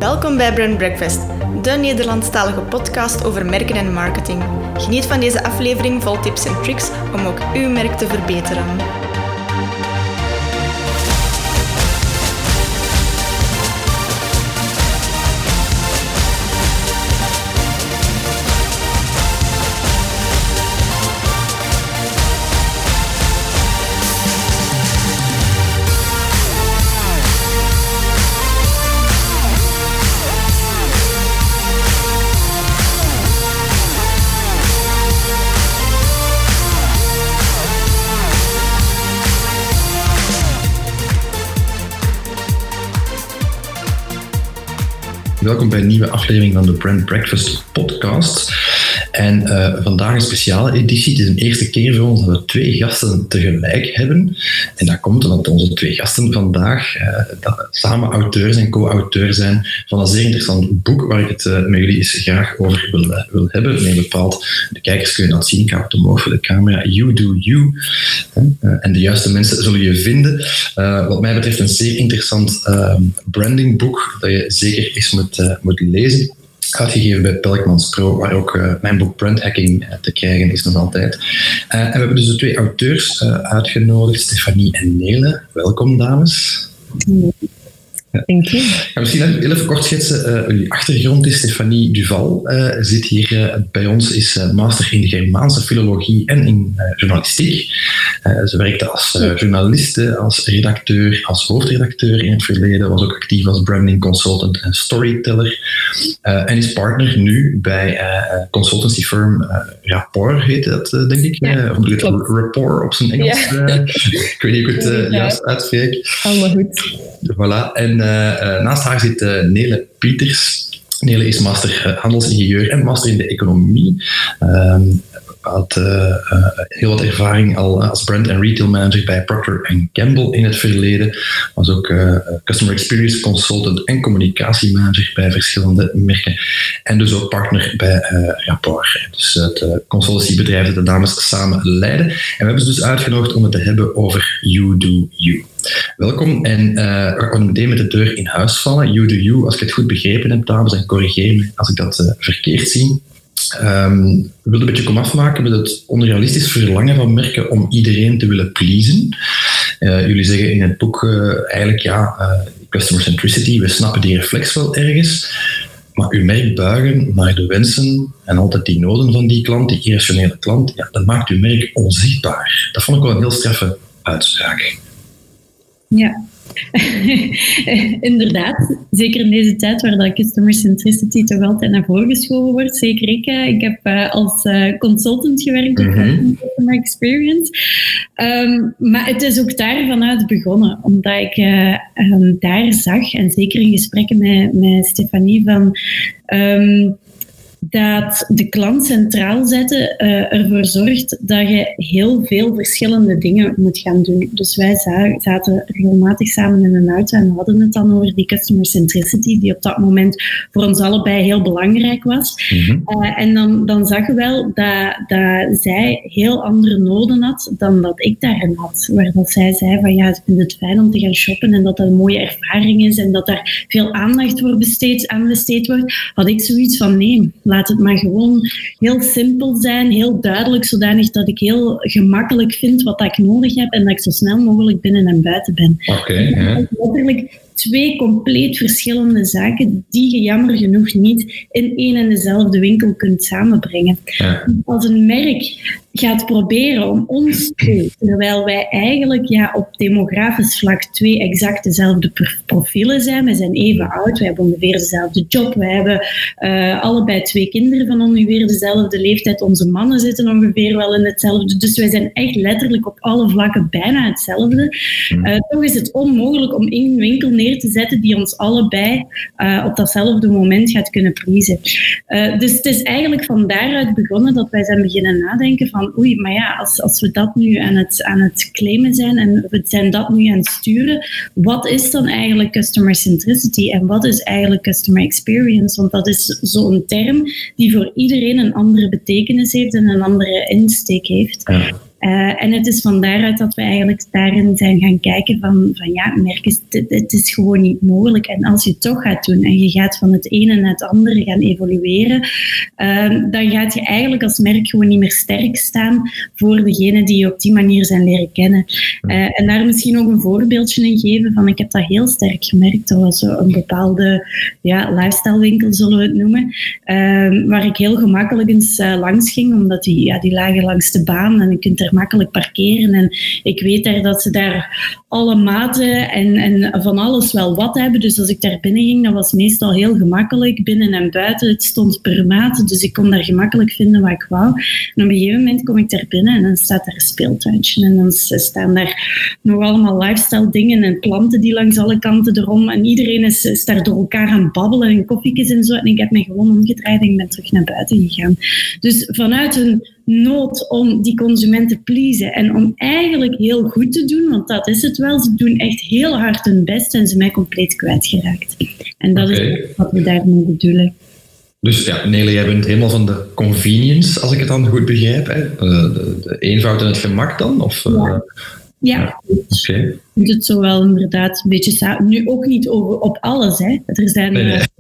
Welkom bij Brand Breakfast, de Nederlandstalige podcast over merken en marketing. Geniet van deze aflevering vol tips en tricks om ook uw merk te verbeteren. Welkom bij een nieuwe aflevering van de Brand Breakfast podcast. En vandaag een speciale editie. Het is een eerste keer voor ons dat we 2 gasten tegelijk hebben. En dat komt omdat onze 2 gasten vandaag samen auteur en co-auteur zijn van een zeer interessant boek waar ik het met jullie eens graag over wil hebben. Nee, bepaald, de kijkers kunnen dat zien. Ik hou het omhoog voor de camera. You do you. En de juiste mensen zullen je vinden. Wat mij betreft een zeer interessant brandingboek dat je zeker eens moet lezen. Uitgegeven bij Pelkmans Pro, waar ook mijn boek Brand Hacking te krijgen is nog altijd. En we hebben dus de 2 auteurs uitgenodigd, Stefanie en Nele. Welkom, dames. Dank je. Ik ga misschien heel even kort schetsen. Uw achtergrond is Stefanie Duval. Zit hier bij ons, is master in Germaanse filologie en in journalistiek. Ze werkte als journaliste, als redacteur, als hoofdredacteur in het verleden. Was ook actief als branding consultant en storyteller. En is partner nu bij consultancy firm Rapport, heet dat, denk ik. Ja, of bedoel je het Rapport op zijn Engels? Ja. Ik weet niet of ik het juist uitspreek. Allemaal goed. Voilà. En naast haar zit Nele Pieters. Nele is master handelsingenieur en master in de economie. Had heel wat ervaring al als brand- en retail manager bij Procter & Gamble in het verleden. Was ook customer experience consultant en communicatiemanager bij verschillende merken. En dus ook partner bij Rapport. Dus het consultancybedrijf dat de dames samen leiden. En we hebben ze dus uitgenodigd om het te hebben over You Do You. Welkom en we gaan meteen met de deur in huis vallen. You Do You, als ik het goed begrepen heb, dames, en corrigeer me als ik dat verkeerd zie. We wilden een beetje komaf maken met het onrealistisch verlangen van merken om iedereen te willen pleasen. Jullie zeggen in het boek eigenlijk customer centricity, we snappen die reflex wel ergens, maar uw merk buigen naar de wensen en altijd die noden van die klant, die irrationele klant, dat maakt uw merk onzichtbaar. Dat vond ik wel een heel straffe uitspraak. Ja, inderdaad. Zeker in deze tijd waar dat customer centricity toch altijd naar voren geschoven wordt. Zeker ik. Ik heb als consultant gewerkt op customer experience. Maar het is ook daar vanuit begonnen. Omdat ik daar zag, en zeker in gesprekken met Stefanie, van dat de klant centraal zetten ervoor zorgt dat je heel veel verschillende dingen moet gaan doen. Dus wij zaten regelmatig samen in een auto en hadden het dan over die customer centricity, die op dat moment voor ons allebei heel belangrijk was. En dan zag je wel dat zij heel andere noden had dan dat ik daarin had. Waar dat zij zei van ik vind het fijn om te gaan shoppen en dat een mooie ervaring is en dat daar veel aandacht voor aan besteed wordt, had ik zoiets van nee, laat het maar gewoon heel simpel zijn, heel duidelijk, zodanig dat ik heel gemakkelijk vind wat ik nodig heb en dat ik zo snel mogelijk binnen en buiten ben. Letterlijk 2 compleet verschillende zaken die je jammer genoeg niet in één en dezelfde winkel kunt samenbrengen. Ja. Als een merk gaat proberen om ons te, terwijl wij eigenlijk op demografisch vlak 2 exact dezelfde profielen zijn. We zijn even oud, we hebben ongeveer dezelfde job, we hebben allebei 2 kinderen van ongeveer dezelfde leeftijd, onze mannen zitten ongeveer wel in hetzelfde, dus wij zijn echt letterlijk op alle vlakken bijna hetzelfde. Toch is het onmogelijk om één winkel neer te zetten die ons allebei op datzelfde moment gaat kunnen pleasen. Dus het is eigenlijk van daaruit begonnen dat wij zijn beginnen nadenken van als we dat nu aan het claimen zijn en we zijn dat nu aan het sturen, wat is dan eigenlijk customer centricity en wat is eigenlijk customer experience? Want dat is zo'n term die voor iedereen een andere betekenis heeft en een andere insteek heeft. Ja. En het is van daaruit dat we eigenlijk daarin zijn gaan kijken van ja, merk, het is gewoon niet mogelijk. En als je het toch gaat doen en je gaat van het ene naar het andere gaan evolueren, dan gaat je eigenlijk als merk gewoon niet meer sterk staan voor degene die je op die manier zijn leren kennen. En daar misschien ook een voorbeeldje in geven van, ik heb dat heel sterk gemerkt. Dat was zo een bepaalde lifestyle winkel, zullen we het noemen, waar ik heel gemakkelijk eens langs ging, omdat die lagen langs de baan en je kunt er makkelijk parkeren. En ik weet daar dat ze daar alle maten en van alles wel wat hebben. Dus als ik daar binnen ging, dat was meestal heel gemakkelijk. Binnen en buiten, het stond per maat. Dus ik kon daar gemakkelijk vinden wat ik wou. En op een gegeven moment kom ik daar binnen en dan staat daar een speeltuintje. En dan staan daar nog allemaal lifestyle dingen en planten die langs alle kanten erom. En iedereen is daar door elkaar aan het babbelen en koffietjes en zo. En ik heb me gewoon omgedraaid en ik ben terug naar buiten gegaan. Dus vanuit een nood om die consument te pleasen en om eigenlijk heel goed te doen, want dat is het wel. Ze doen echt heel hard hun best en ze mij compleet kwijtgeraakt. En dat is wat we daarmee bedoelen. Dus ja, Nele, jij bent helemaal van de convenience, als ik het dan goed begrijp. Hè? De eenvoud en het gemak dan? Of, ja. Oké. Je moet het zo wel inderdaad een beetje samen. Nu ook niet op alles. Hè. Er zijn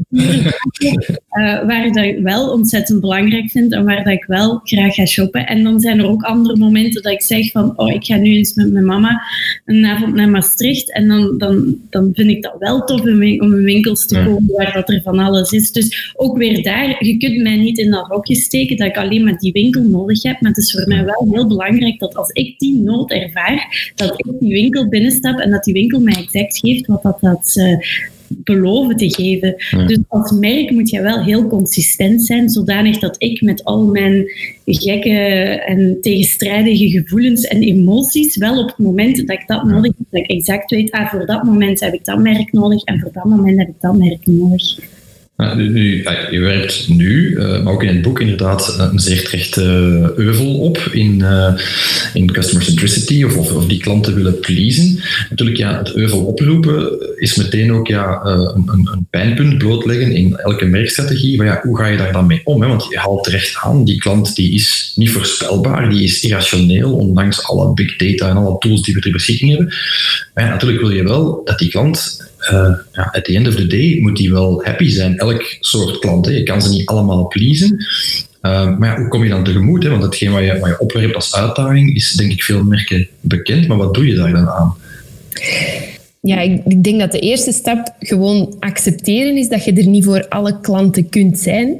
waar dat ik wel ontzettend belangrijk vind en waar dat ik wel graag ga shoppen. En dan zijn er ook andere momenten dat ik zeg van ik ga nu eens met mijn mama een avond naar Maastricht. En dan vind ik dat wel tof om in winkels te komen waar dat er van alles is. Dus ook weer daar, je kunt mij niet in dat hokje steken dat ik alleen maar die winkel nodig heb. Maar het is voor mij wel heel belangrijk dat als ik die nood ervaar, dat ik die winkel binnenstap en dat die winkel mij exact geeft wat dat beloven te geven. Ja. Dus als merk moet je wel heel consistent zijn, zodanig dat ik met al mijn gekke en tegenstrijdige gevoelens en emoties wel op het moment dat ik dat nodig heb, dat ik exact weet, voor dat moment heb ik dat merk nodig en voor dat moment heb ik dat merk nodig. Je werpt nu, maar ook in het boek inderdaad, een zeer terechte euvel op in customer centricity of die klanten willen pleasen. Natuurlijk, het euvel oproepen is meteen ook een pijnpunt blootleggen in elke merkstrategie. Maar hoe ga je daar dan mee om? Hè? Want je haalt terecht aan, die klant die is niet voorspelbaar, die is irrationeel, ondanks alle big data en alle tools die we ter beschikking hebben. Maar natuurlijk wil je wel dat die klant, at the end of the day, moet die wel happy zijn. Elk soort klant, hè. Je kan ze niet allemaal pleasen. Maar hoe kom je dan tegemoet? Hè? Want hetgeen wat je opwerpt als uitdaging is denk ik veel merken bekend, maar wat doe je daar dan aan? Ja, ik denk dat de eerste stap gewoon accepteren is dat je er niet voor alle klanten kunt zijn.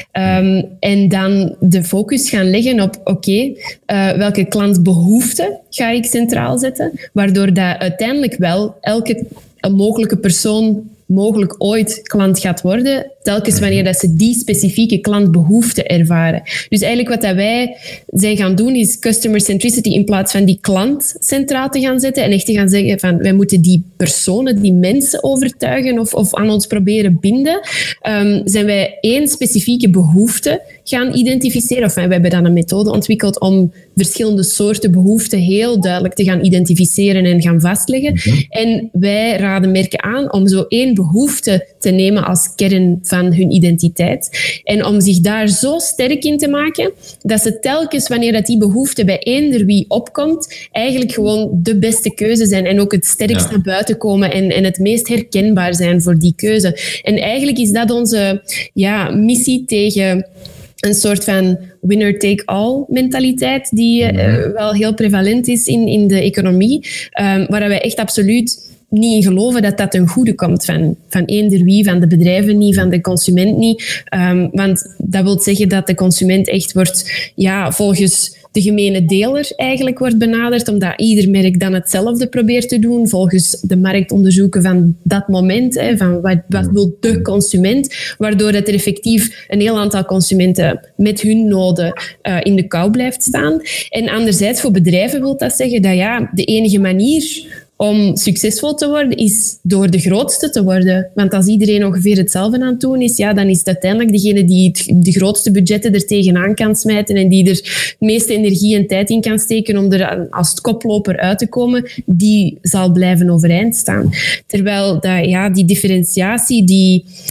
En dan de focus gaan leggen op welke klantbehoeften ga ik centraal zetten, waardoor dat uiteindelijk wel elke mogelijke persoon mogelijk ooit klant gaat worden, telkens wanneer dat ze die specifieke klantbehoefte ervaren. Dus eigenlijk wat dat wij zijn gaan doen, is customer centricity in plaats van die klant centraal te gaan zetten en echt te gaan zeggen van wij moeten die personen, die mensen overtuigen of aan ons proberen binden, zijn wij één specifieke behoefte gaan identificeren. Of wij hebben dan een methode ontwikkeld om verschillende soorten behoeften heel duidelijk te gaan identificeren en gaan vastleggen. En wij raden merken aan om zo één behoefte te nemen als kern van hun identiteit. En om zich daar zo sterk in te maken, dat ze telkens wanneer dat die behoefte bij eender wie opkomt, eigenlijk gewoon de beste keuze zijn en ook het sterkst naar buiten komen en het meest herkenbaar zijn voor die keuze. En eigenlijk is dat onze missie tegen een soort van winner-take-all mentaliteit die wel heel prevalent is in de economie, waar wij echt absoluut niet in geloven dat dat ten goede komt van eender wie, van de bedrijven niet, van de consument niet. Want dat wil zeggen dat de consument echt wordt, volgens de gemene deler eigenlijk wordt benaderd, omdat ieder merk dan hetzelfde probeert te doen, volgens de marktonderzoeken van dat moment, van wat wil de consument, waardoor dat er effectief een heel aantal consumenten met hun noden in de kou blijft staan. En anderzijds, voor bedrijven wil dat zeggen dat de enige manier om succesvol te worden, is door de grootste te worden. Want als iedereen ongeveer hetzelfde aan het doen is, dan is het uiteindelijk degene die de grootste budgetten er tegenaan kan smijten en die er het meeste energie en tijd in kan steken om er als koploper uit te komen, die zal blijven overeind staan. Terwijl die differentiatie,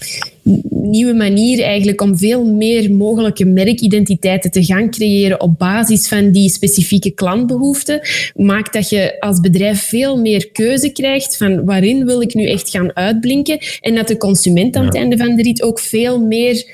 nieuwe manier eigenlijk om veel meer mogelijke merkidentiteiten te gaan creëren op basis van die specifieke klantbehoeften, maakt dat je als bedrijf veel meer keuze krijgt van waarin wil ik nu echt gaan uitblinken en dat de consument aan het einde van de rit ook veel meer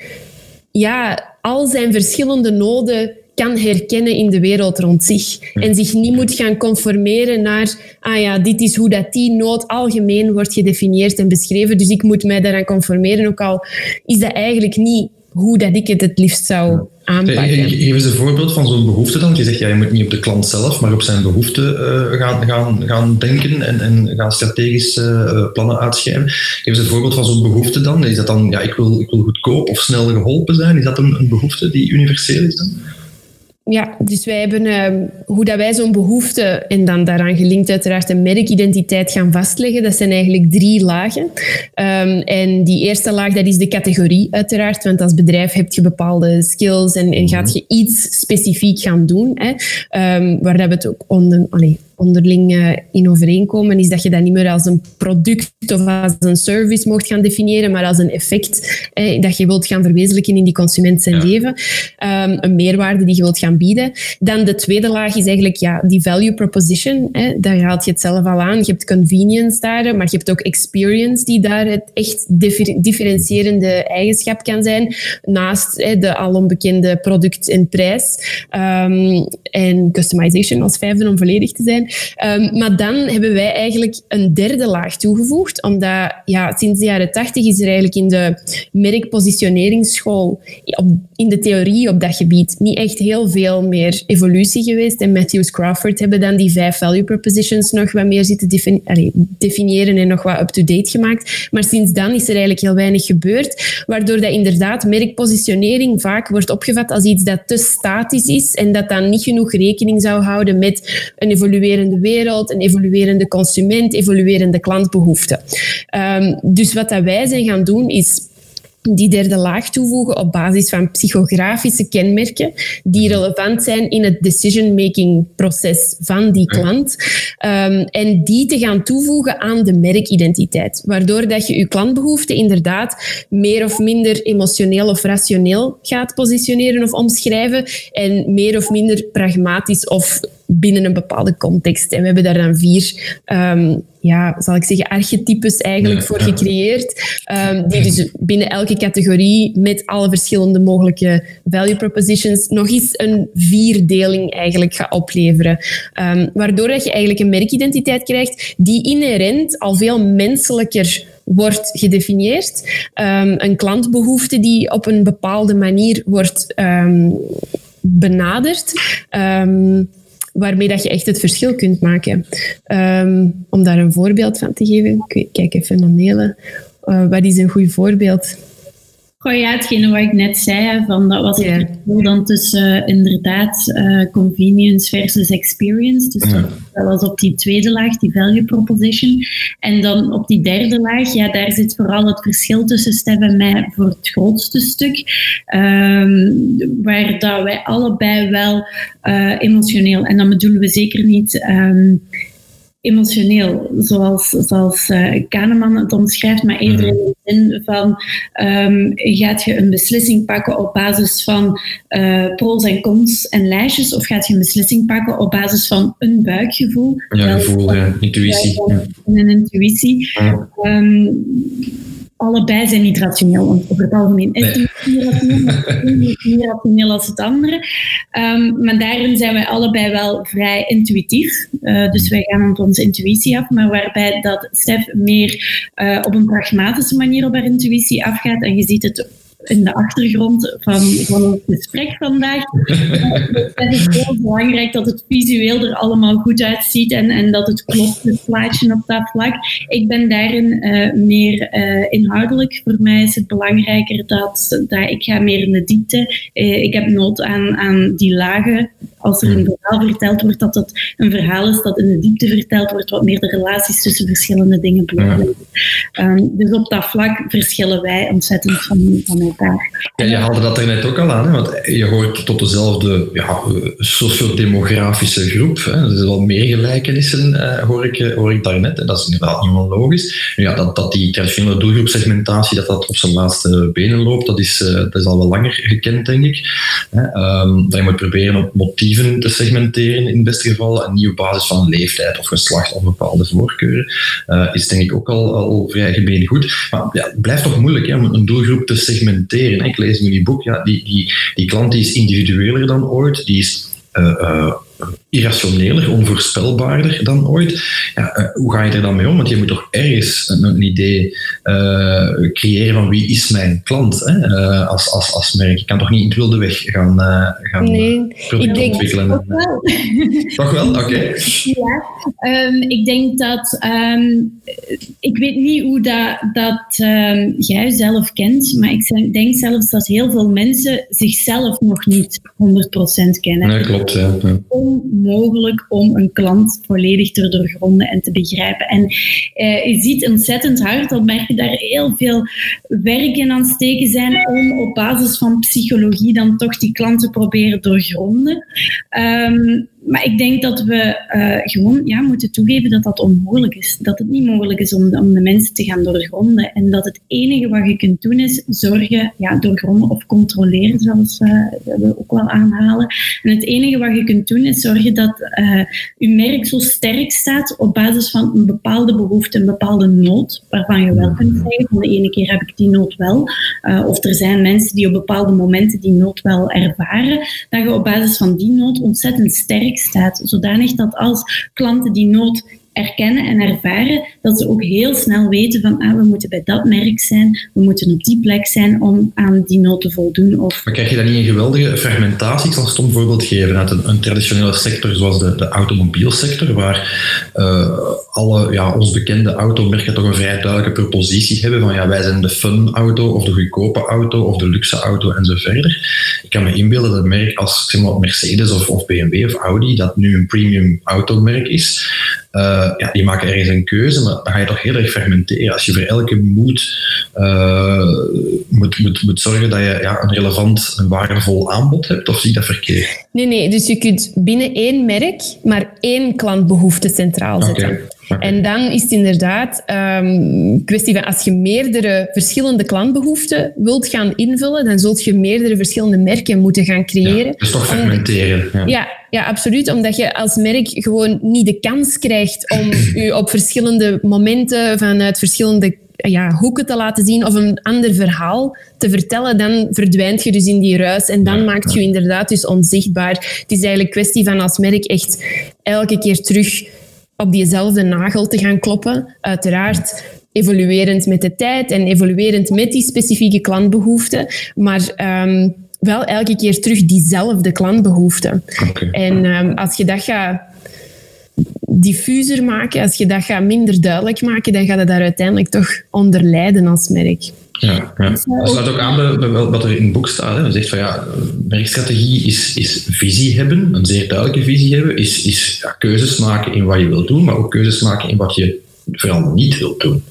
al zijn verschillende noden kan herkennen in de wereld rond zich. En zich niet moet gaan conformeren naar dit is hoe dat die nood algemeen wordt gedefinieerd en beschreven, dus ik moet mij daaraan conformeren, ook al is dat eigenlijk niet hoe dat ik het liefst zou aanpakken. Geef eens een voorbeeld van zo'n behoefte dan. Je zegt, je moet niet op de klant zelf, maar op zijn behoefte gaan denken en gaan strategische plannen uitschrijven. Geef eens een voorbeeld van zo'n behoefte dan. Is dat dan, ik wil goedkoop of snel geholpen zijn? Is dat een behoefte die universeel is dan? Ja, dus wij hebben hoe dat wij zo'n behoefte en dan daaraan gelinkt uiteraard een merkidentiteit gaan vastleggen. Dat zijn eigenlijk 3 lagen. En die eerste laag, dat is de categorie uiteraard, want als bedrijf heb je bepaalde skills en gaat je iets specifiek gaan doen. Waar dat we het ook onderling in overeenkomen, is dat je dat niet meer als een product of als een service mocht gaan definiëren, maar als een effect dat je wilt gaan verwezenlijken in die consument zijn leven. Een meerwaarde die je wilt gaan bieden. Dan de tweede laag is eigenlijk die value proposition. Daar haalt je het zelf al aan. Je hebt convenience daar, maar je hebt ook experience die daar het echt differentiërende eigenschap kan zijn. Naast de al onbekende product en prijs. En customization als 5e om volledig te zijn. Maar dan hebben wij eigenlijk een derde laag toegevoegd, omdat sinds de jaren 80 is er eigenlijk in de merkpositioneringsschool, in de theorie op dat gebied, niet echt heel veel meer evolutie geweest. En Matthews Crawford hebben dan die 5 value propositions nog wat meer zitten definiëren en nog wat up-to-date gemaakt. Maar sinds dan is er eigenlijk heel weinig gebeurd, waardoor dat inderdaad merkpositionering vaak wordt opgevat als iets dat te statisch is en dat dan niet genoeg rekening zou houden met een evoluerende wereld, een evoluerende consument, evoluerende klantbehoeften. Dus wat dat wij zijn gaan doen is die derde laag toevoegen op basis van psychografische kenmerken die relevant zijn in het decision-making proces van die klant. En die te gaan toevoegen aan de merkidentiteit. Waardoor dat je je klantbehoeften inderdaad meer of minder emotioneel of rationeel gaat positioneren of omschrijven en meer of minder pragmatisch of binnen een bepaalde context. En we hebben daar dan 4, zal ik zeggen, archetypes eigenlijk voor gecreëerd. Die dus binnen elke categorie met alle verschillende mogelijke value propositions nog eens een 4-deling eigenlijk gaat opleveren. Waardoor dat je eigenlijk een merkidentiteit krijgt die inherent al veel menselijker wordt gedefinieerd. Een klantbehoefte die op een bepaalde manier wordt benaderd. Waarmee dat je echt het verschil kunt maken. Om daar een voorbeeld van te geven. Ik kijk even naar Nele. Wat is een goed voorbeeld? Hetgene wat ik net zei, van dat was het verschil dan tussen inderdaad convenience versus experience. Dus dat was op die tweede laag, die value proposition. En dan op die derde laag, daar zit vooral het verschil tussen Stef en mij voor het grootste stuk. Waar dat wij allebei wel emotioneel, en dan bedoelen we zeker niet emotioneel, zoals Kahneman het omschrijft, maar eerder in de zin van gaat je een beslissing pakken op basis van pro's en cons en lijstjes, of gaat je een beslissing pakken op basis van een buikgevoel? Intuïtie. Een intuïtie. Allebei zijn niet rationeel, want over het algemeen is het niet rationeel als het andere. Maar daarin zijn wij allebei wel vrij intuïtief. Dus wij gaan op onze intuïtie af, maar waarbij dat Stef meer op een pragmatische manier op haar intuïtie afgaat. En je ziet het in de achtergrond van het gesprek vandaag. Het is heel belangrijk dat het visueel er allemaal goed uitziet en dat het klopt, het plaatje op dat vlak. Ik ben daarin meer inhoudelijk. Voor mij is het belangrijker dat ik ga meer in de diepte. Ik heb nood aan die lagen. Als er een verhaal verteld wordt, dat het een verhaal is dat in de diepte verteld wordt, wat meer de relaties tussen verschillende dingen blootleggen. Dus op dat vlak verschillen wij ontzettend van elkaar. Ja, je haalde dat er net ook al aan, hè? Want je hoort tot dezelfde sociodemografische groep. Hè? Er zijn wel meer gelijkenissen, hoor ik daarnet. En dat is inderdaad niet onlogisch. Ja, dat die traditionele doelgroepsegmentatie dat op zijn laatste benen loopt, dat is al wel langer gekend, denk ik. Dat je moet proberen op motieven te segmenteren in het beste geval, en niet op basis van leeftijd of geslacht of bepaalde voorkeuren, is denk ik ook al vrij gemeen goed. Maar ja, het blijft toch moeilijk om een doelgroep te segmenteren. Ik lees in jullie boek, die klant die is individueler dan ooit, die is irrationeler, onvoorspelbaarder dan ooit. Ja, hoe ga je er dan mee om? Want je moet toch ergens een idee creëren van wie is mijn klant, hè? Als merk. Je kan toch niet in het wilde weg gaan proberen ontwikkelen? Toch wel. Toch wel? Oké. Ja, ik denk dat... ik weet niet hoe dat jij zelf kent, maar ik denk zelfs dat heel veel mensen zichzelf nog niet 100% kennen. Nee, klopt. Ja. Onmogelijk om een klant volledig te doorgronden en te begrijpen. En je ziet ontzettend hard dat merken daar heel veel werk in aan steken zijn om op basis van psychologie dan toch die klanten proberen doorgronden. Maar ik denk dat we gewoon moeten toegeven dat dat onmogelijk is. Dat het niet mogelijk is om de mensen te gaan doorgronden. En dat het enige wat je kunt doen is zorgen, doorgronden of controleren, zoals we ook wel aanhalen. En het enige wat je kunt doen is zorgen dat je merk zo sterk staat op basis van een bepaalde behoefte, een bepaalde nood, waarvan je wel kunt zeggen, van de ene keer heb ik die nood wel. Of er zijn mensen die op bepaalde momenten die nood wel ervaren. Dat je op basis van die nood ontzettend sterk staat, zodanig dat als klanten die nood erkennen en ervaren, dat ze ook heel snel weten van we moeten bij dat merk zijn, we moeten op die plek zijn om aan die nood te voldoen. Maar krijg je dan niet een geweldige fragmentatie? Ik zal een stom voorbeeld geven uit een traditionele sector zoals de automobielsector, waar alle ons bekende automerken toch een vrij duidelijke propositie hebben van wij zijn de fun auto of de goedkope auto of de luxe auto en zo verder. Ik kan me inbeelden dat een merk als zeg maar, Mercedes of BMW of Audi, dat nu een premium automerk is, die maken ergens een keuze, maar dan ga je toch heel erg fragmenteren. Als je voor elke moet zorgen dat je een relevant en waardevol aanbod hebt, of zie je dat verkeerd? Nee, dus je kunt binnen één merk maar één klantbehoefte centraal zetten. Okay. En dan is het inderdaad een kwestie van als je meerdere verschillende klantbehoeften wilt gaan invullen, dan zult je meerdere verschillende merken moeten gaan creëren. Ja, dus toch fragmenteren. Ja, absoluut. Omdat je als merk gewoon niet de kans krijgt om je op verschillende momenten vanuit verschillende hoeken te laten zien of een ander verhaal te vertellen, dan verdwijnt je dus in die ruis en dan maakt je inderdaad dus onzichtbaar. Het is eigenlijk een kwestie van als merk echt elke keer terug op diezelfde nagel te gaan kloppen. Uiteraard evoluerend met de tijd en evoluerend met die specifieke klantbehoeften, maar wel elke keer terug diezelfde klantbehoeften. Okay. En als je dat gaat diffuser maken, als je dat gaat minder duidelijk maken, dan gaat het daar uiteindelijk toch onder lijden als merk. Ja. Dat sluit ook aan bij wat er in het boek staat. Hè. Je zegt van merkstrategie is visie hebben, een zeer duidelijke visie hebben, is keuzes maken in wat je wilt doen, maar ook keuzes maken in wat je vooral niet wilt doen.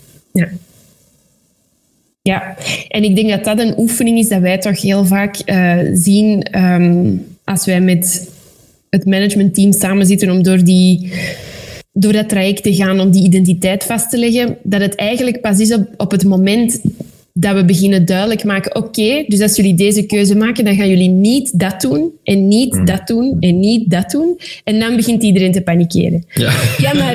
Ja, en ik denk dat dat een oefening is dat wij toch heel vaak zien als wij met het managementteam samenzitten om door dat traject te gaan, om die identiteit vast te leggen, dat het eigenlijk pas is op het moment dat we beginnen duidelijk maken, oké, dus als jullie deze keuze maken, dan gaan jullie niet dat doen, en niet dat doen, en niet dat doen. En dan begint iedereen te panikeren. Ja,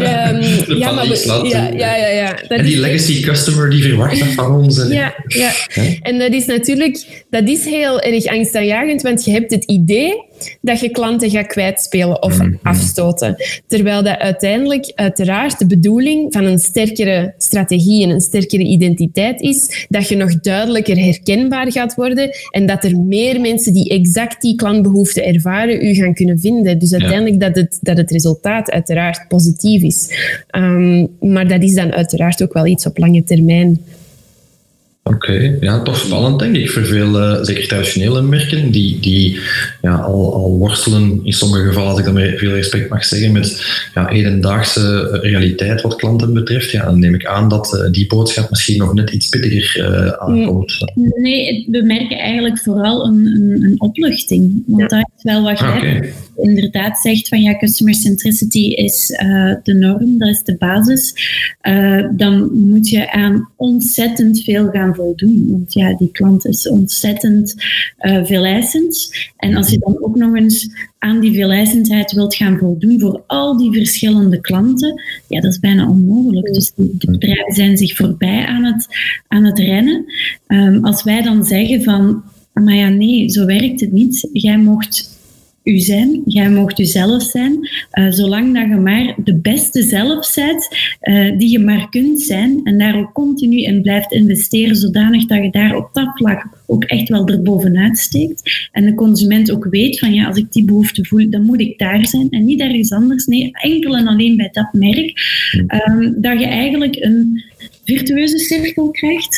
en die legacy customer die verwacht dat van ons. En dat is natuurlijk, dat is heel erg angstaanjagend, want je hebt het idee dat je klanten gaat kwijtspelen of afstoten. Terwijl dat uiteindelijk uiteraard de bedoeling van een sterkere strategie en een sterkere identiteit is dat je nog duidelijker herkenbaar gaat worden en dat er meer mensen die exact die klantbehoeften ervaren u gaan kunnen vinden. Dus uiteindelijk dat het resultaat uiteraard positief is. Maar dat is dan uiteraard ook wel iets op lange termijn. Oké. Ja, toch spannend denk ik voor veel, zeker traditionele merken, die al worstelen in sommige gevallen, als ik dat met veel respect mag zeggen, met hedendaagse realiteit wat klanten betreft. Ja, dan neem ik aan dat die boodschap misschien nog net iets pittiger aankomt. Nee, we merken eigenlijk vooral een opluchting. Want dat is wel wat je inderdaad zegt van customer centricity is de norm, dat is de basis. Dan moet je aan ontzettend veel gaan voldoen. Want die klant is ontzettend veeleisend. En als je dan ook nog eens aan die veeleisendheid wilt gaan voldoen voor al die verschillende klanten, dat is bijna onmogelijk. Dus de bedrijven zijn zich voorbij aan het rennen. Als wij dan zeggen van, maar nee, zo werkt het niet. Jij mocht u zijn, jij mocht uzelf zijn, zolang dat je maar de beste zelf bent die je maar kunt zijn en daar ook continu in blijft investeren, zodanig dat je daar op dat vlak ook echt wel erbovenuit steekt. En de consument ook weet van als ik die behoefte voel, dan moet ik daar zijn en niet ergens anders. Nee, enkel en alleen bij dat merk. Dat je eigenlijk een virtueuze cirkel krijgt.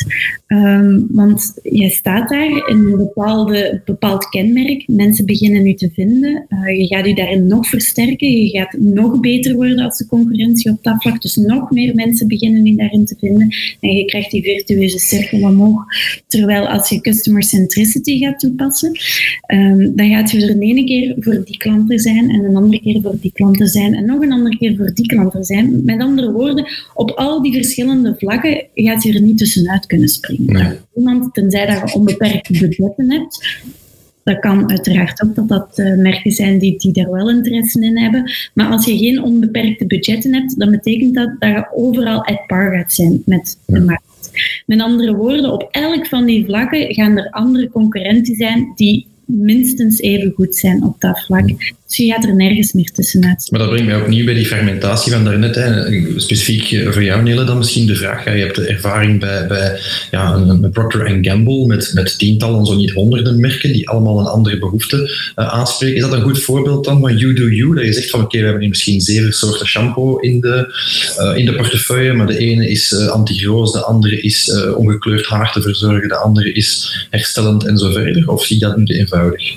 Want je staat daar in een bepaald kenmerk. Mensen beginnen u te vinden. Je gaat u daarin nog versterken. Je gaat nog beter worden als de concurrentie op dat vlak. Dus nog meer mensen beginnen u daarin te vinden. En je krijgt die virtueuze cirkel omhoog. Terwijl als je customer centricity gaat toepassen, dan gaat je er de ene keer voor die klanten zijn en een andere keer voor die klanten zijn en nog een andere keer voor die klanten zijn. Met andere woorden, op al die verschillende vlakken gaat je er niet tussenuit kunnen springen. Nee. Iemand, tenzij dat je onbeperkte budgetten hebt. Dat kan uiteraard ook dat merken zijn die daar wel interesse in hebben. Maar als je geen onbeperkte budgetten hebt, dan betekent dat je overal at par gaat zijn met de markt. Met andere woorden, op elk van die vlakken gaan er andere concurrenten zijn die minstens even goed zijn op dat vlak. Dus je gaat er nergens meer tussenuit. Maar dat brengt mij opnieuw bij die fermentatie van daarnet. Hè. Specifiek voor jou, Nele, dan misschien de vraag. Je hebt de ervaring bij een Procter & Gamble met tientallen, zo niet honderden merken die allemaal een andere behoefte aanspreken. Is dat een goed voorbeeld dan van you do you? Dat je zegt van oké, we hebben hier misschien 7 soorten shampoo in de portefeuille, maar de ene is anti-roos, de andere is ongekleurd haar te verzorgen, de andere is herstellend en zo verder. Of zie je dat nu te eenvoudig?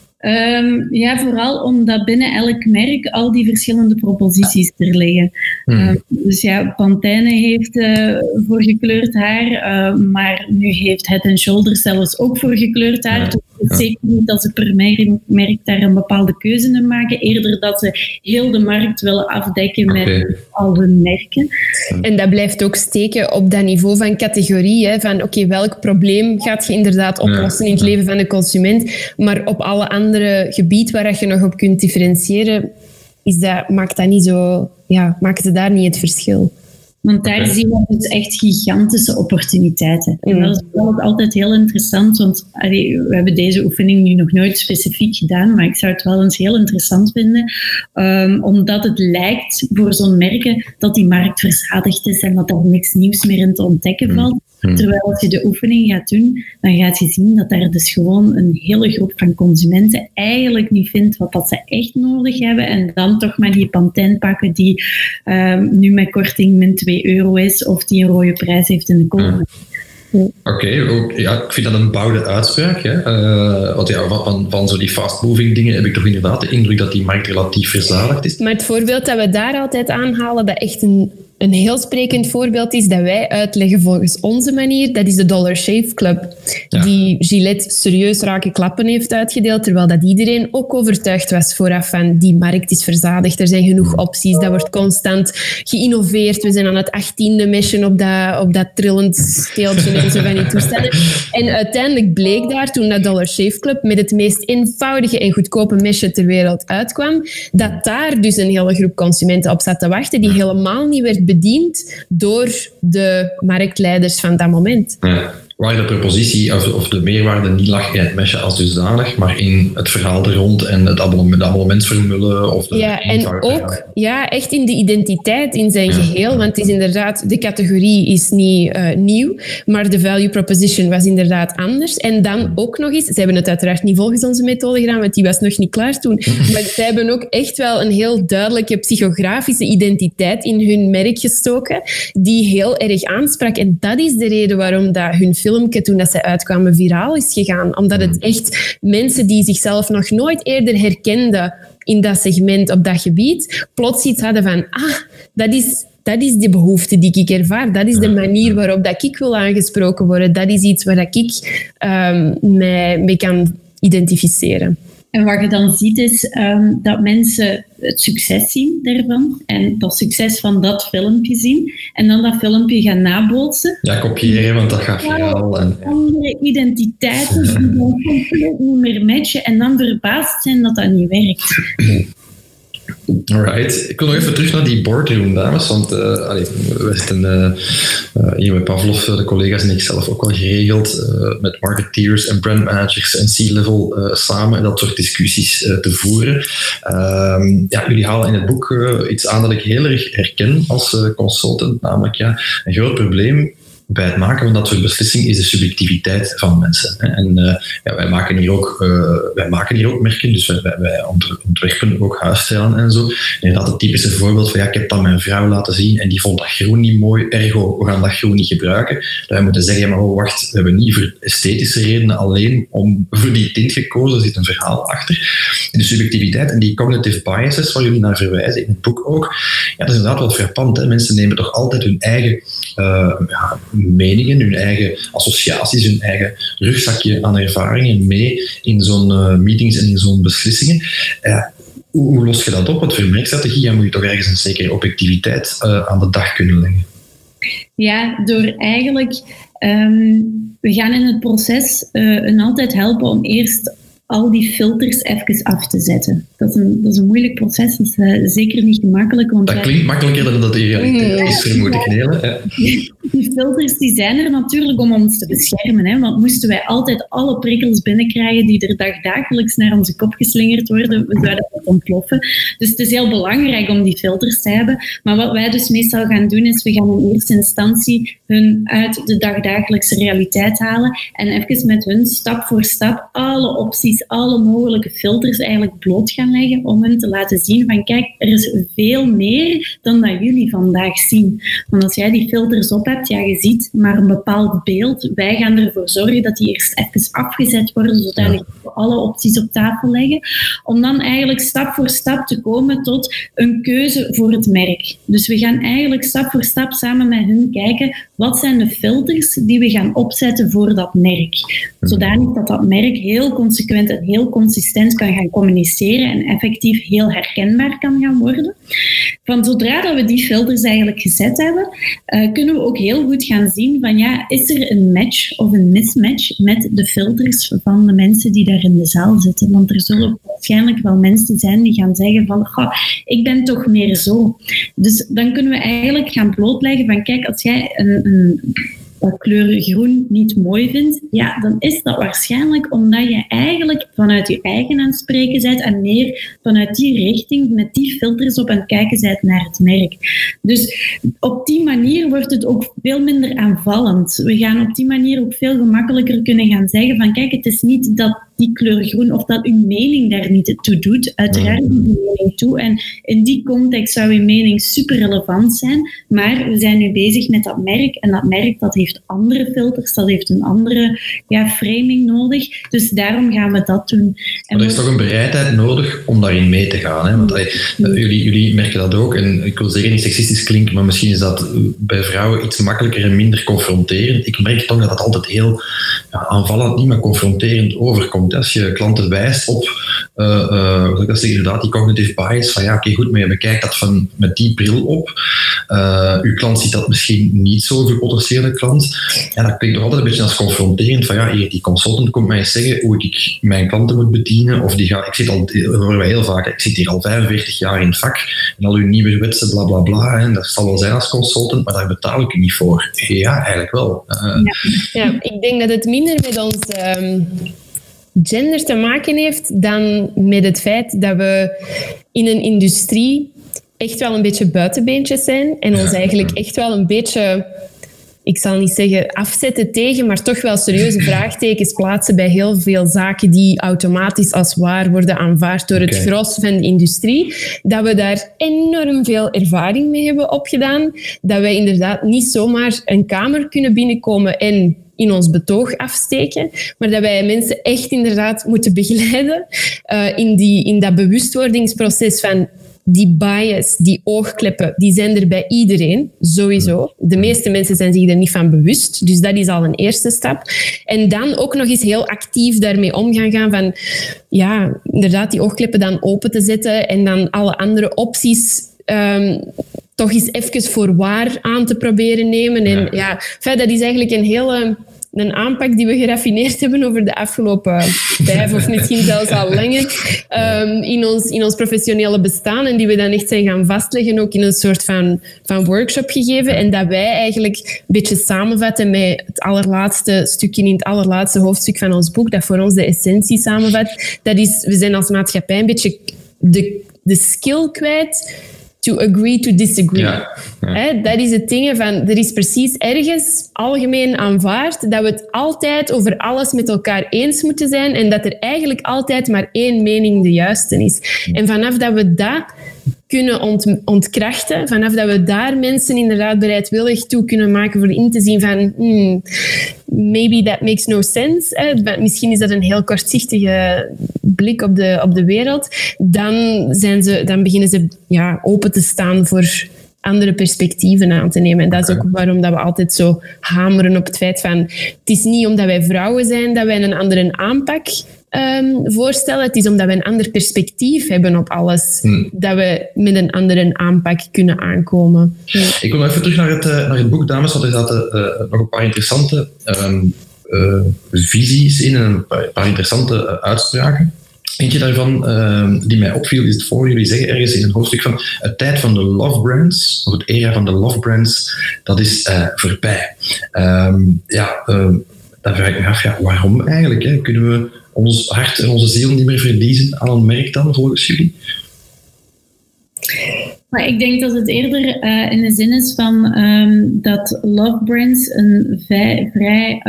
Vooral omdat binnen elk merk al die verschillende proposities er liggen. Dus Pantene heeft voor gekleurd haar, maar nu heeft Head & Shoulders zelfs ook voor gekleurd haar. Dus het is zeker niet dat ze per merk daar een bepaalde keuze in maken, eerder dat ze heel de markt willen afdekken met al hun merken. En dat blijft ook steken op dat niveau van categorie, hè, van welk probleem gaat je inderdaad oplossen in het leven van de consument, maar op alle andere gebied waar je nog op kunt differentiëren, maakt het daar niet het verschil. Want daar zien we dus echt gigantische opportuniteiten. En dat is wel ook altijd heel interessant, want we hebben deze oefening nu nog nooit specifiek gedaan, maar ik zou het wel eens heel interessant vinden, omdat het lijkt voor zo'n merken dat die markt verzadigd is en dat er niks nieuws meer in te ontdekken valt. Terwijl als je de oefening gaat doen, dan gaat je zien dat daar dus gewoon een hele groep van consumenten eigenlijk niet vindt wat ze echt nodig hebben en dan toch maar die Pantene pakken die nu met korting min €2 is of die een rode prijs heeft in de koolmarkt. Oké, ik vind dat een bouwde uitspraak. Hè? Want van zo die fast-moving dingen heb ik toch inderdaad de indruk dat die markt relatief verzadigd is. Maar het voorbeeld dat we daar altijd aanhalen, dat echt een heel sprekend voorbeeld is, dat wij uitleggen volgens onze manier, dat is de Dollar Shave Club. Ja. Die Gillette serieus rake klappen heeft uitgedeeld, terwijl dat iedereen ook overtuigd was vooraf van die markt is verzadigd, er zijn genoeg opties, dat wordt constant geïnnoveerd, we zijn aan het 18e meshen op dat trillend steeltje en zo van die toestanden. En uiteindelijk bleek daar, toen dat Dollar Shave Club met het meest eenvoudige en goedkope mesje ter wereld uitkwam, dat daar dus een hele groep consumenten op zat te wachten, die helemaal niet werd bediend door de marktleiders van dat moment. Ja. Waar de propositie of de meerwaarde niet lag in het mesje als dusdanig, maar in het verhaal er rond en het abonnementsformule. Of en ook echt in de identiteit in zijn geheel. Want het is inderdaad, de categorie is niet nieuw, maar de value proposition was inderdaad anders. En dan ook nog eens, ze hebben het uiteraard niet volgens onze methode gedaan, want die was nog niet klaar toen. Maar zij hebben ook echt wel een heel duidelijke psychografische identiteit in hun merk gestoken, die heel erg aansprak. En dat is de reden waarom dat hun filmpjes filmpje toen dat zij uitkwamen viraal is gegaan. Omdat het echt mensen die zichzelf nog nooit eerder herkenden in dat segment, op dat gebied, plots iets hadden van, dat is de behoefte die ik ervaar. Dat is de manier waarop dat ik wil aangesproken worden. Dat is iets waar dat ik mij mee kan identificeren. En wat je dan ziet is dat mensen het succes zien daarvan en dat succes van dat filmpje zien en dan dat filmpje gaan nabootsen. Ja, kopiëren, want dat gaat viraal. En andere identiteiten die dan compleet niet meer matchen en dan verbaasd zijn dat dat niet werkt. Alright. Ik wil nog even terug naar die boardroom, dames, want we zitten hier met Pavlov, de collega's en ik zelf ook wel geregeld met marketeers en brandmanagers en C-level samen dat soort discussies te voeren. Jullie halen in het boek iets aan dat ik heel erg herken als consultant, namelijk een groot probleem bij het maken van dat soort beslissingen is de subjectiviteit van mensen. En wij maken hier ook merken, dus wij ontwerpen ook huisstijlen en zo. Inderdaad, het typische voorbeeld van ik heb dat mijn vrouw laten zien en die vond dat groen niet mooi, ergo, we gaan dat groen niet gebruiken. Dat wij moeten zeggen, maar wacht, we hebben niet voor esthetische redenen alleen voor die tint gekozen, er zit een verhaal achter. De subjectiviteit en die cognitive biases waar jullie naar verwijzen in het boek ook, dat is inderdaad wel frappant. Hè? Mensen nemen toch altijd hun eigen meningen, hun eigen associaties, hun eigen rugzakje aan ervaringen mee in zo'n meetings en in zo'n beslissingen. Hoe los je dat op? Want voor merkstrategie moet je toch ergens een zekere objectiviteit aan de dag kunnen leggen. Ja, door eigenlijk... we gaan in het proces altijd helpen om eerst al die filters even af te zetten. Dat is een moeilijk proces, dat is zeker niet gemakkelijk. Want dat klinkt makkelijker dan dat de realiteit is, vermoed ik. Die filters die zijn er natuurlijk om ons te beschermen. Hè? Want moesten wij altijd alle prikkels binnenkrijgen die er dagelijks naar onze kop geslingerd worden, we zouden dat ontploffen. Dus het is heel belangrijk om die filters te hebben. Maar wat wij dus meestal gaan doen, is we gaan in eerste instantie hun uit de dagdagelijkse realiteit halen en even met hun stap voor stap alle opties, alle mogelijke filters eigenlijk bloot gaan leggen om hen te laten zien van kijk, er is veel meer dan dat jullie vandaag zien. Want als jij die filters op hebt, je ziet maar een bepaald beeld. Wij gaan ervoor zorgen dat die eerst even afgezet worden, zodat we alle opties op tafel leggen, om dan eigenlijk stap voor stap te komen tot een keuze voor het merk. Dus we gaan eigenlijk stap voor stap samen met hun kijken, wat zijn de filters die we gaan opzetten voor dat merk. Zodanig dat dat merk heel consequent en heel consistent kan gaan communiceren en effectief heel herkenbaar kan gaan worden. Van zodra dat we die filters eigenlijk gezet hebben, kunnen we ook heel goed gaan zien van is er een match of een mismatch met de filters van de mensen die daar in de zaal zitten. Want er zullen waarschijnlijk wel mensen zijn die gaan zeggen van ik ben toch meer zo. Dus dan kunnen we eigenlijk gaan blootleggen van kijk, als jij dat kleur groen niet mooi vindt, dan is dat waarschijnlijk omdat je eigenlijk vanuit je eigen aan het spreken bent en meer vanuit die richting met die filters op aan het kijken bent naar het merk. Dus op die manier wordt het ook veel minder aanvallend. We gaan op die manier ook veel gemakkelijker kunnen gaan zeggen van kijk, het is niet dat die kleur groen of dat uw mening daar niet toe doet. Uiteraard doet uw mening toe en in die context zou uw mening super relevant zijn, maar we zijn nu bezig met dat merk en dat merk dat heeft andere filters, dat heeft een andere framing nodig, dus daarom gaan we dat doen. Maar er is toch een bereidheid nodig om daarin mee te gaan, hè? Want jullie merken dat ook en ik wil zeker niet seksistisch klinken, maar misschien is dat bij vrouwen iets makkelijker en minder confronterend. Ik merk toch dat dat altijd heel aanvallend, niet maar confronterend overkomt. Als je klanten wijst op inderdaad die cognitive bias van oké, goed, maar je bekijkt dat met die bril op. Uw klant ziet dat misschien niet zo, uw potentiële klant. Ja, dat klinkt toch altijd een beetje als confronterend van hier, die consultant komt mij eens zeggen hoe ik mijn klanten moet bedienen. Of horen wij heel vaak, ik zit hier al 45 jaar in het vak en al uw nieuwe wetsen, bla bla bla. En dat zal wel zijn als consultant, maar daar betaal ik u niet voor. Ja, eigenlijk wel. Ik denk dat het minder met ons gender te maken heeft dan met het feit dat we in een industrie echt wel een beetje buitenbeentjes zijn en ons eigenlijk echt wel een beetje, ik zal niet zeggen afzetten tegen, maar toch wel serieuze vraagtekens plaatsen bij heel veel zaken die automatisch als waar worden aanvaard door het gros van de industrie. Dat we daar enorm veel ervaring mee hebben opgedaan. Dat wij inderdaad niet zomaar een kamer kunnen binnenkomen en in ons betoog afsteken, maar dat wij mensen echt inderdaad moeten begeleiden in dat bewustwordingsproces van die bias, die oogkleppen, die zijn er bij iedereen, sowieso. De meeste mensen zijn zich er niet van bewust, dus dat is al een eerste stap. En dan ook nog eens heel actief daarmee omgaan van, ja, inderdaad, die oogkleppen dan open te zetten en dan alle andere opties toch eens even voor waar aan te proberen nemen. En dat is eigenlijk een aanpak die we geraffineerd hebben over de afgelopen 5 of misschien zelfs al langer in ons professionele bestaan en die we dan echt zijn gaan vastleggen, ook in een soort van workshop gegeven. En dat wij eigenlijk een beetje samenvatten met het allerlaatste stukje in het allerlaatste hoofdstuk van ons boek, dat voor ons de essentie samenvat. Dat is, we zijn als maatschappij een beetje de skill kwijt to agree to disagree. Ja. Dat is het ding van, er is precies ergens algemeen aanvaard dat we het altijd over alles met elkaar eens moeten zijn en dat er eigenlijk altijd maar één mening de juiste is. En vanaf dat we dat kunnen ontkrachten, vanaf dat we daar mensen inderdaad bereidwillig toe kunnen maken voor in te zien van maybe that makes no sense. Misschien is dat een heel kortzichtige blik op de wereld. Dan beginnen ze open te staan voor andere perspectieven aan te nemen. En dat is ook waarom dat we altijd zo hameren op het feit van het is niet omdat wij vrouwen zijn dat wij een andere aanpak voorstellen. Het is omdat we een ander perspectief hebben op alles dat we met een andere aanpak kunnen aankomen. Ik wil nog even terug naar het boek, dames, want er zaten nog een paar interessante visies in en een paar interessante uitspraken. Eentje daarvan die mij opviel is het volgende. Jullie zeggen ergens in een hoofdstuk van het tijd van de love brands, of het era van de love brands, dat is voorbij. Dan vraag ik me af, waarom eigenlijk? Hè? Kunnen we ons hart en onze ziel niet meer verliezen aan een merk dan, volgens jullie? Maar ik denk dat het eerder in de zin is van dat love brands een vrij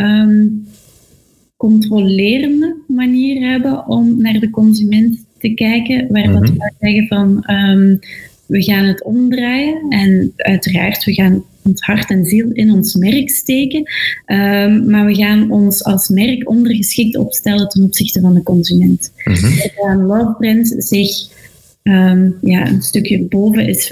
controlerende manier hebben om naar de consument te kijken, waar dat we zeggen van we gaan het omdraaien en uiteraard we gaan ons hart en ziel in ons merk steken, maar we gaan ons als merk ondergeschikt opstellen ten opzichte van de consument. Een love brand zich een stukje boven is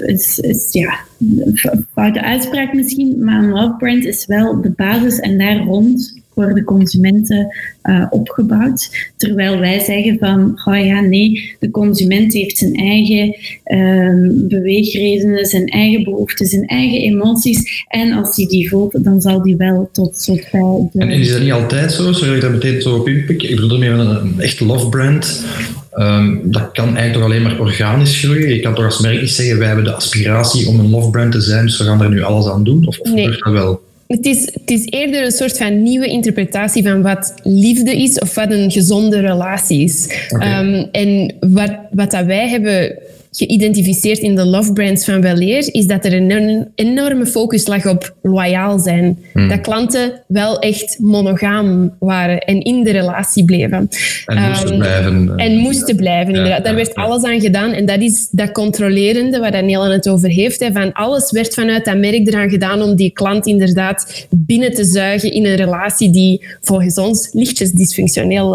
een foute uitspraak misschien, maar een love brand is wel de basis en daar rond worden consumenten opgebouwd. Terwijl wij zeggen van, de consument heeft zijn eigen beweegredenen, zijn eigen behoeften, zijn eigen emoties. En als hij die voelt, dan zal die wel tot bij... En is dat niet altijd zo? Sorry dat ik daar meteen zo op inpik. Ik bedoel ermee een echt love brand. Dat kan eigenlijk toch alleen maar organisch groeien. Je kan toch als merk niet zeggen, wij hebben de aspiratie om een love brand te zijn, dus we gaan er nu alles aan doen? Of gebeurt dat wel? Het is eerder een soort van nieuwe interpretatie van wat liefde is of wat een gezonde relatie is. En wat dat wij hebben geïdentificeerd in de love brands van Weleer, is dat er een enorme focus lag op loyaal zijn. Dat klanten wel echt monogaam waren en in de relatie bleven. En moesten blijven. Moesten blijven, inderdaad. Daar werd alles aan gedaan en dat is dat controlerende waar Daniela het over heeft. Hè, van alles werd vanuit dat merk eraan gedaan om die klant inderdaad binnen te zuigen in een relatie die volgens ons lichtjes dysfunctioneel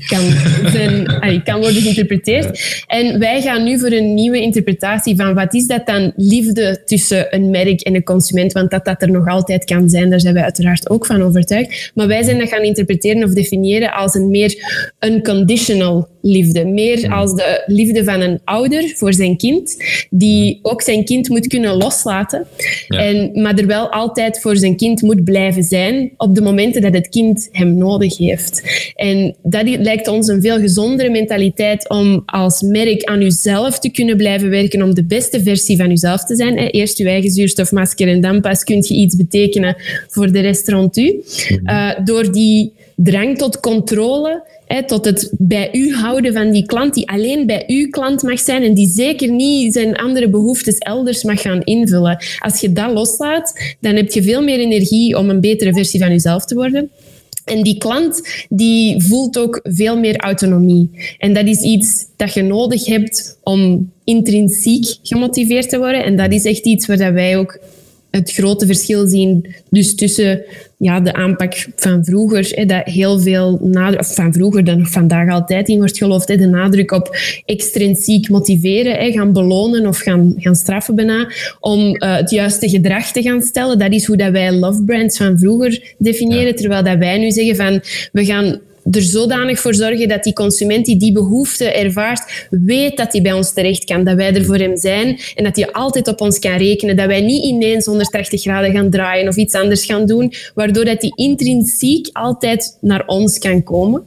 kan worden geïnterpreteerd. En wij gaan nu voor een nieuwe interpretatie van wat is dat dan liefde tussen een merk en een consument, want dat er nog altijd kan zijn, daar zijn wij uiteraard ook van overtuigd. Maar wij zijn dat gaan interpreteren of definiëren als een meer unconditional liefde. Meer als de liefde van een ouder voor zijn kind, die ook zijn kind moet kunnen loslaten, maar er wel altijd voor zijn kind moet blijven zijn op de momenten dat het kind hem nodig heeft. En dat lijkt ons een veel gezondere mentaliteit om als merk aan uzelf te kunnen blijven werken om de beste versie van uzelf te zijn. Eerst uw eigen zuurstofmasker en dan pas kun je iets betekenen voor de rest rond u. Door die drang tot controle, tot het bij u houden van die klant die alleen bij uw klant mag zijn en die zeker niet zijn andere behoeftes elders mag gaan invullen. Als je dat loslaat, dan heb je veel meer energie om een betere versie van jezelf te worden. En die klant die voelt ook veel meer autonomie. En dat is iets dat je nodig hebt om intrinsiek gemotiveerd te worden. En dat is echt iets waar wij ook het grote verschil zien dus tussen de aanpak van vroeger, dat heel veel nadruk, of van vroeger dan nog vandaag altijd in wordt geloofd, de nadruk op extrinsiek motiveren, gaan belonen of gaan straffen bijna, om het juiste gedrag te gaan stellen. Dat is hoe dat wij love brands van vroeger definiëren, terwijl dat wij nu zeggen van, we gaan er zodanig voor zorgen dat die consument die behoefte ervaart, weet dat hij bij ons terecht kan, dat wij er voor hem zijn en dat hij altijd op ons kan rekenen, dat wij niet ineens 180 graden gaan draaien of iets anders gaan doen, waardoor dat die intrinsiek altijd naar ons kan komen.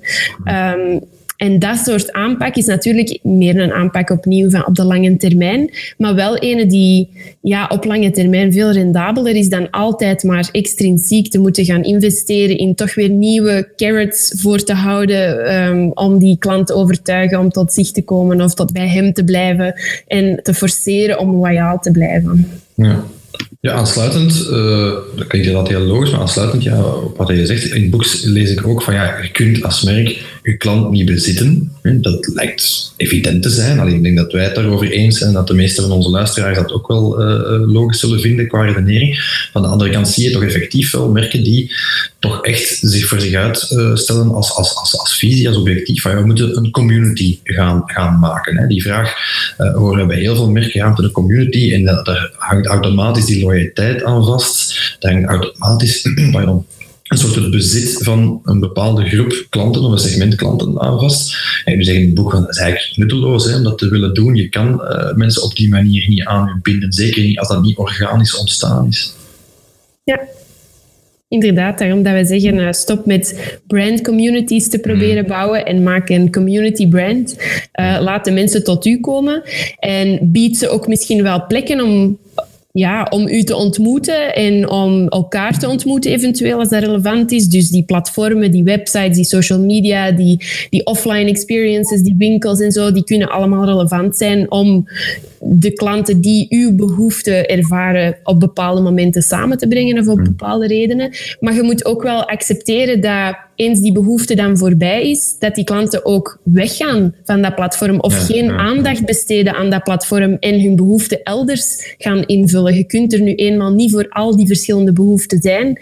En dat soort aanpak is natuurlijk meer een aanpak opnieuw van op de lange termijn, maar wel ene die op lange termijn veel rendabeler is dan altijd maar extrinsiek te moeten gaan investeren in toch weer nieuwe carrots voor te houden om die klant te overtuigen om tot zich te komen of tot bij hem te blijven en te forceren om loyaal te blijven. Ja, aansluitend, dat klinkt inderdaad heel logisch, maar aansluitend op wat je zegt, in het boek lees ik ook van je kunt als merk je klant niet bezitten. Dat lijkt evident te zijn. Alleen ik denk dat wij het daarover eens zijn, dat de meeste van onze luisteraars dat ook wel logisch zullen vinden qua redenering. Van de andere kant zie je toch effectief wel merken die toch echt zich voor zich uitstellen als visie, als objectief. Van, we moeten een community gaan maken. Die vraag horen we bij heel veel merken, we moeten een community en daar hangt automatisch die loyaliteit aan vast. Daar hangt automatisch een soort het bezit van een bepaalde groep klanten of een segment klanten aan vast. En we zeggen in het boek, dat is eigenlijk nutteloos om dat te willen doen. Je kan mensen op die manier niet aan je binden. Zeker niet als dat niet organisch ontstaan is. Ja, inderdaad. Daarom dat we zeggen, stop met brand communities te proberen bouwen en maak een community brand. Laat de mensen tot u komen en bied ze ook misschien wel plekken om u te ontmoeten en om elkaar te ontmoeten eventueel als dat relevant is. Dus die platformen, die websites, die social media, die offline experiences, die winkels en zo, die kunnen allemaal relevant zijn om de klanten die uw behoefte ervaren op bepaalde momenten samen te brengen of op bepaalde redenen. Maar je moet ook wel accepteren dat eens die behoefte dan voorbij is, dat die klanten ook weggaan van dat platform of geen aandacht besteden aan dat platform en hun behoeften elders gaan invullen. Je kunt er nu eenmaal niet voor al die verschillende behoeften zijn.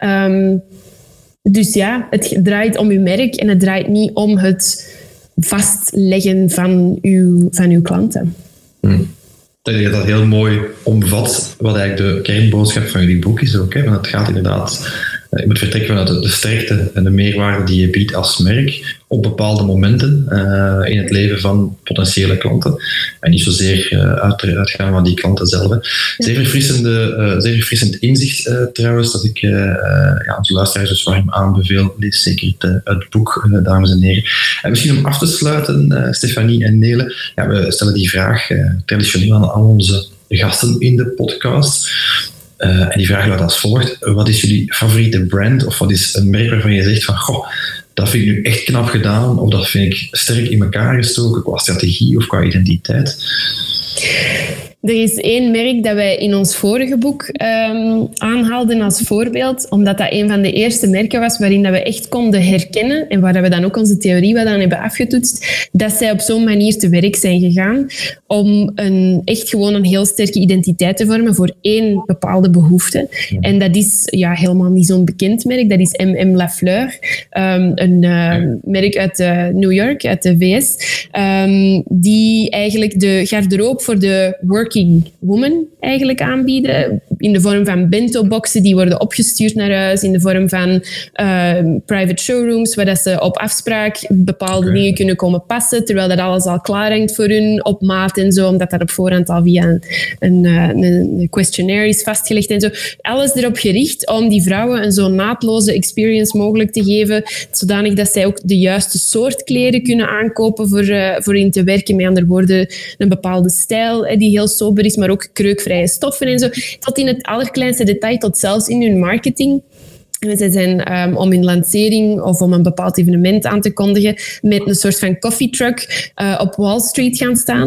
Dus het draait om uw merk en het draait niet om het vastleggen van uw klanten. Ik denk dat dat heel mooi omvat wat eigenlijk de kernboodschap van jullie boek is ook. Want het gaat inderdaad, je moet vertrekken vanuit de sterkte en de meerwaarde die je biedt als merk op bepaalde momenten in het leven van potentiële klanten. En niet zozeer uitgaan van die klanten zelf. Zeer verfrissend inzicht trouwens, dat ik onze luisteraars dus warm aanbeveel. Lees zeker het boek, dames en heren. En misschien om af te sluiten, Stefanie en Nele, we stellen die vraag traditioneel aan al onze gasten in de podcast. En die vraag luidt als volgt. Wat is jullie favoriete brand? Of wat is een merk waarvan je zegt van, dat vind ik nu echt knap gedaan, of dat vind ik sterk in elkaar gestoken qua strategie of qua identiteit? Er is één merk dat wij in ons vorige boek aanhaalden als voorbeeld, omdat dat een van de eerste merken was waarin dat we echt konden herkennen en waar we dan ook onze theorie wat aan hebben afgetoetst, dat zij op zo'n manier te werk zijn gegaan om echt gewoon een heel sterke identiteit te vormen voor één bepaalde behoefte. Ja. En dat is helemaal niet zo'n bekend merk. Dat is M.M. Lafleur, een merk uit New York, uit de VS, die eigenlijk de garderobe voor de working woman eigenlijk aanbieden. In de vorm van bento-boxen die worden opgestuurd naar huis. In de vorm van private showrooms waar dat ze op afspraak bepaalde dingen kunnen komen passen. Terwijl dat alles al klaar hangt voor hun op maat en zo. Omdat dat op voorhand al via een questionnaire is vastgelegd en zo. Alles erop gericht om die vrouwen een zo naadloze experience mogelijk te geven. Zodanig dat zij ook de juiste soort kleren kunnen aankopen voor in te werken. Met andere woorden, een bepaalde stijl die heel sober is, maar ook kreukvrije stoffen en zo. Tot in het allerkleinste detail, tot zelfs in hun marketing. En zij zijn om hun lancering of om een bepaald evenement aan te kondigen met een soort van coffee truck op Wall Street gaan staan.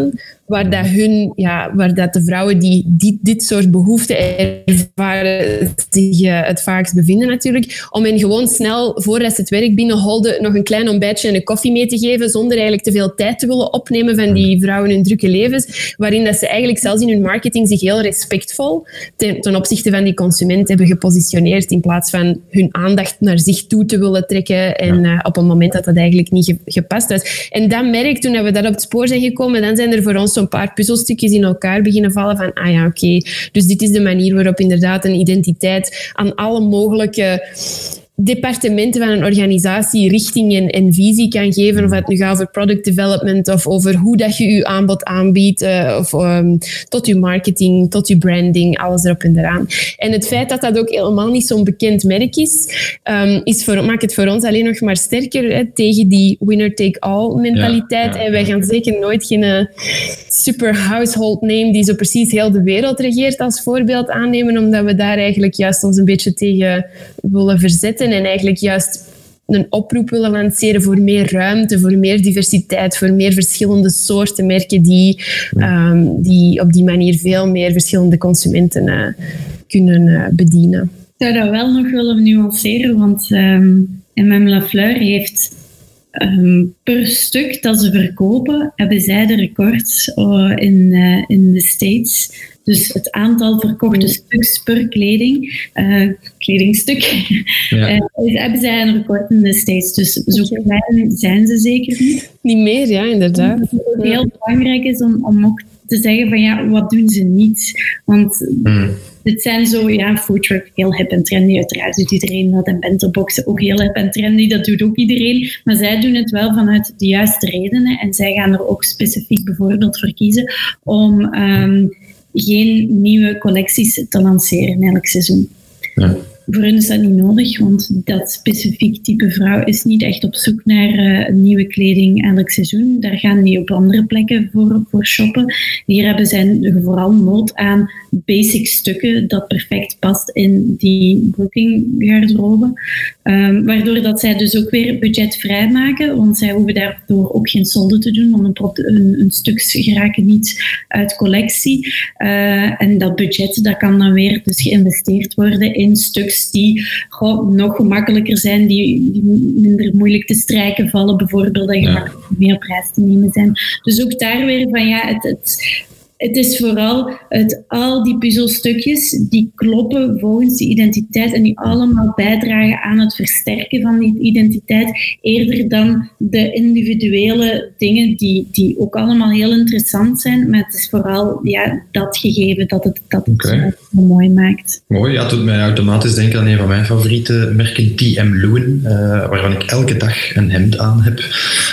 waar dat de vrouwen die dit soort behoeften ervaren zich het vaakst bevinden natuurlijk. Om hen gewoon snel, voordat ze het werk binnenholden, nog een klein ontbijtje en een koffie mee te geven, zonder eigenlijk te veel tijd te willen opnemen van die vrouwen in hun drukke levens, waarin dat ze eigenlijk zelfs in hun marketing zich heel respectvol ten opzichte van die consument hebben gepositioneerd, in plaats van hun aandacht naar zich toe te willen trekken en op een moment dat eigenlijk niet gepast was. En dat merk, toen we dat op het spoor zijn gekomen, dan zijn er voor ons zo'n paar puzzelstukjes in elkaar beginnen vallen van, oké, dus dit is de manier waarop inderdaad een identiteit aan alle mogelijke departementen van een organisatie richting en visie kan geven, of het nu gaat over product development of over hoe dat je je aanbod aanbiedt, tot je marketing, tot je branding, alles erop en eraan. En het feit dat dat ook helemaal niet zo'n bekend merk is, maakt het voor ons alleen nog maar sterker tegen die winner-take-all mentaliteit. En wij gaan zeker nooit geen super household name die zo precies heel de wereld regeert als voorbeeld aannemen, omdat we daar eigenlijk juist ons een beetje tegen willen verzetten en eigenlijk juist een oproep willen lanceren voor meer ruimte, voor meer diversiteit, voor meer verschillende soorten merken die op die manier veel meer verschillende consumenten kunnen bedienen. Ik zou dat wel nog willen nuanceren, want MM Lafleur heeft per stuk dat ze verkopen, hebben zij de records in de States. Dus het aantal verkochte stuks per kledingstuk, hebben zij een record in de States. Dus zo klein zijn ze zeker niet. Niet meer, ja, inderdaad. Wat ook heel belangrijk is om ook te zeggen van wat doen ze niet? Want dit zijn zo, foodtruck, heel hip en trendy. Uiteraard doet iedereen dat. En bentoboxen ook heel hip en trendy. Dat doet ook iedereen. Maar zij doen het wel vanuit de juiste redenen. En zij gaan er ook specifiek bijvoorbeeld voor kiezen om geen nieuwe collecties te lanceren elk seizoen. Ja. Voor hen is dat niet nodig, want dat specifiek type vrouw is niet echt op zoek naar nieuwe kleding elk seizoen. Daar gaan die op andere plekken voor shoppen. Hier hebben zij vooral nood aan basic stukken dat perfect past in die working-garderobe. Waardoor dat zij dus ook weer budgetvrij maken, want zij hoeven daardoor ook geen solden te doen, want een stuk geraken niet uit collectie. En dat budget dat kan dan weer dus geïnvesteerd worden in stuks die nog gemakkelijker zijn, die minder moeilijk te strijken vallen, bijvoorbeeld, dat gemakkelijk meer prijs te nemen zijn. Dus ook daar weer van het is vooral al die puzzelstukjes die kloppen volgens die identiteit en die allemaal bijdragen aan het versterken van die identiteit, eerder dan de individuele dingen die ook allemaal heel interessant zijn, maar het is vooral dat gegeven dat het zo mooi maakt. Mooi, het doet mij automatisch denken aan een van mijn favoriete merken, T.M. Lewin, waarvan ik elke dag een hemd aan heb,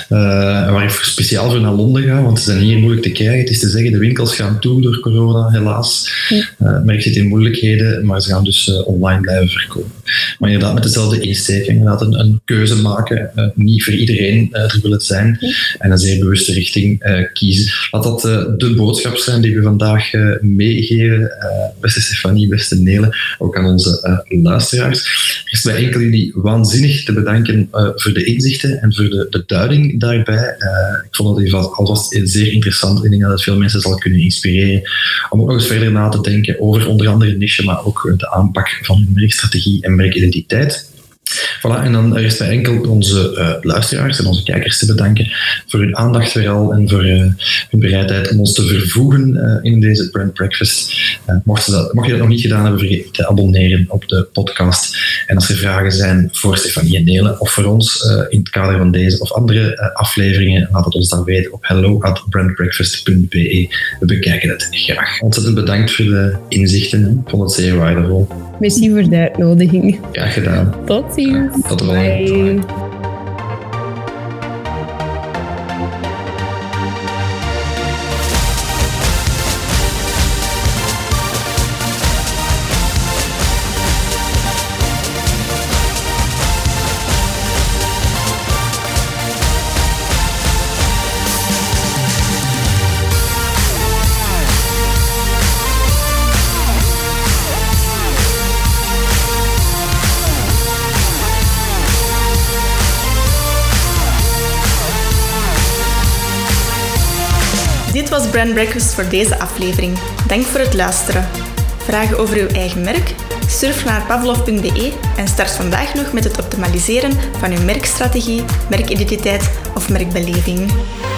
waar ik speciaal voor naar Londen ga, want ze zijn hier moeilijk te krijgen. Het is te zeggen, de winkels gaan toe door corona, helaas. Merk zit in moeilijkheden, maar ze gaan dus online blijven verkopen. Maar inderdaad, met dezelfde insteek, inderdaad een keuze maken. Niet voor iedereen er wil het zijn. En een zeer bewuste richting kiezen. Laat dat de boodschap zijn die we vandaag meegeven. Beste Stefanie, beste Nele, ook aan onze luisteraars. Er is bij enkel jullie waanzinnig te bedanken voor de inzichten en voor de duiding daarbij. Ik vond dat alvast zeer interessant. Ik denk dat het veel mensen zal kunnen inspireren om ook nog eens verder na te denken over onder andere niche, maar ook de aanpak van merkstrategie en merkidentiteit. Voilà, en dan rest mij enkel onze luisteraars en onze kijkers te bedanken voor hun aandacht vooral en voor hun bereidheid om ons te vervoegen in deze Brand Breakfast. Mocht je dat nog niet gedaan hebben, vergeet te abonneren op de podcast. En als er vragen zijn voor Stefanie en Nele of voor ons in het kader van deze of andere afleveringen, laat het ons dan weten op hello@brandbreakfast.be. We bekijken het graag. Ontzettend bedankt voor de inzichten. Ik vond het zeer waardevol. Merci voor de uitnodiging. Graag gedaan. Tot ziens. Tot de volgende. Dit was Brand Breakfast voor deze aflevering. Dank voor het luisteren. Vragen over uw eigen merk? Surf naar pavlov.be en start vandaag nog met het optimaliseren van uw merkstrategie, merkidentiteit of merkbeleving.